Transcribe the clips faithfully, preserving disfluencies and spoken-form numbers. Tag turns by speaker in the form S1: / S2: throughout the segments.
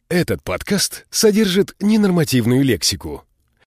S1: Этот подкаст содержит ненормативную лексику.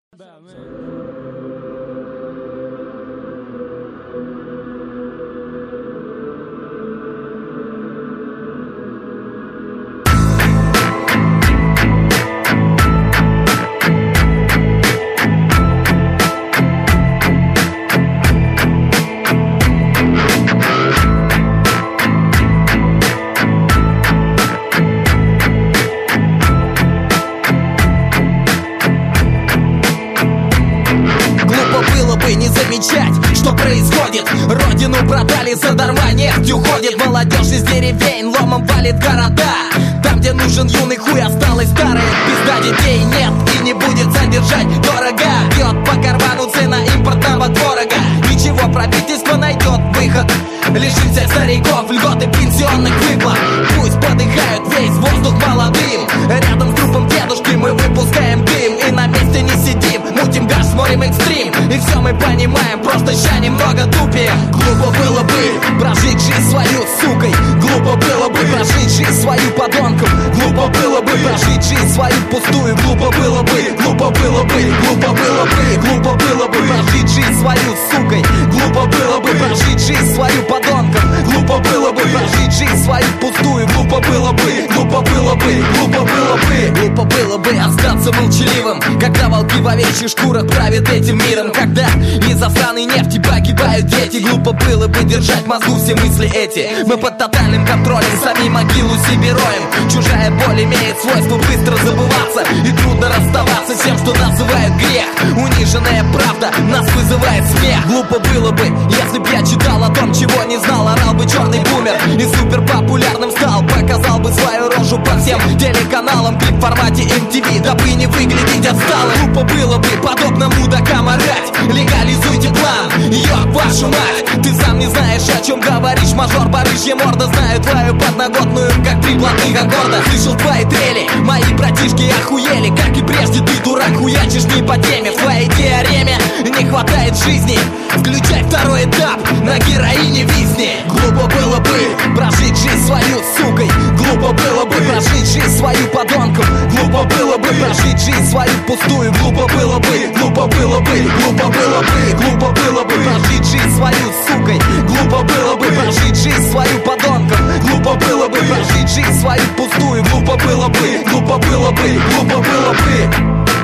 S2: Не замечать, что происходит. Родину продали, задарма нефть уходит. Молодежь из деревень ломом валит города. Там, где нужен юный хуй, осталось старое. Пизда, детей нет и не будет содержать дорого. Бьет по карману цена импортного творога. Ничего, правительство найдет выход. Лишимся стариков, льготы пенсионных выплат. Пусть подыхают весь воздух молодым. Рядом с трупом дедушки мы выпускаем дым. И на месте не сидим, мутим газ, смотрим экстрим. И все мы понимаем, просто ща немного тупее. Глупо было бы прожить жизнь свою сукой. Глупо было бы прожить жизнь свою подонком. Глупо было бы прожить жизнь свою пустую. Глупо было бы, глупо было бы, глупо было бы, глупо было бы прожить жизнь свою сукой. Глупо было бы прожить жизнь свою подонком. Глупо было бы прожить жизнь свою пустую. Глупо было бы, глупо было бы, глупо было бы, глупо было бы остаться молчаливым, когда волки в овечьих шкурах правят этим миром. Когда из-за сраной нефти погибают дети. Глупо было бы держать в мозгу все мысли эти. Мы под тотальным контролем сами могилу себе роем. Чужая боль имеет свойство быстро забываться. И трудно расставаться с тем, что называют грех. Униженная правда нас вызывает смех. Глупо было бы, если б я читал о том, чего не знал. Орал бы черный бумер и супер популярным стал. Показал бы свою рожу по всем телеканалам. Клип в формате эм ти ви, дабы не выглядеть отсталым. Глупо было бы подобно мудакам орать: легализуйте план, ёб вашу мать. Ты сам не знаешь, о чем говоришь, мажор, барыжья морда. Знаю твою подноготную, как три блатных аккорда. Слышал твои трели, мои братишки охуели. Как и прежде, ты дурак, хуячишь не по теме. В твоей теореме не хватает жизни. Включай второй этап, на героине висни. Глупо было бы прожить жизнь свою сукой. Глупо было бы прожить жизнь свою подонком. Глупо было бы прожить жизнь свою пустую. Глупо было бы, глупо было бы, глупо было бы, глупо было бы прожить жизнь свою сукой. Глупо было бы прожить жизнь свою подонком. Глупо было бы прожить жизнь свою пустую. Глупо было бы, глупо было бы, глупо было бы,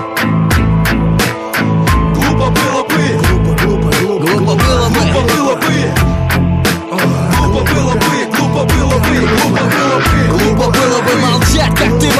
S2: глупо было бы, глупо, глупо, глупо, глупо было бы, глупо было бы, глупо было бы, глупо было бы, глупо было бы, глупо было бы молчать, как ты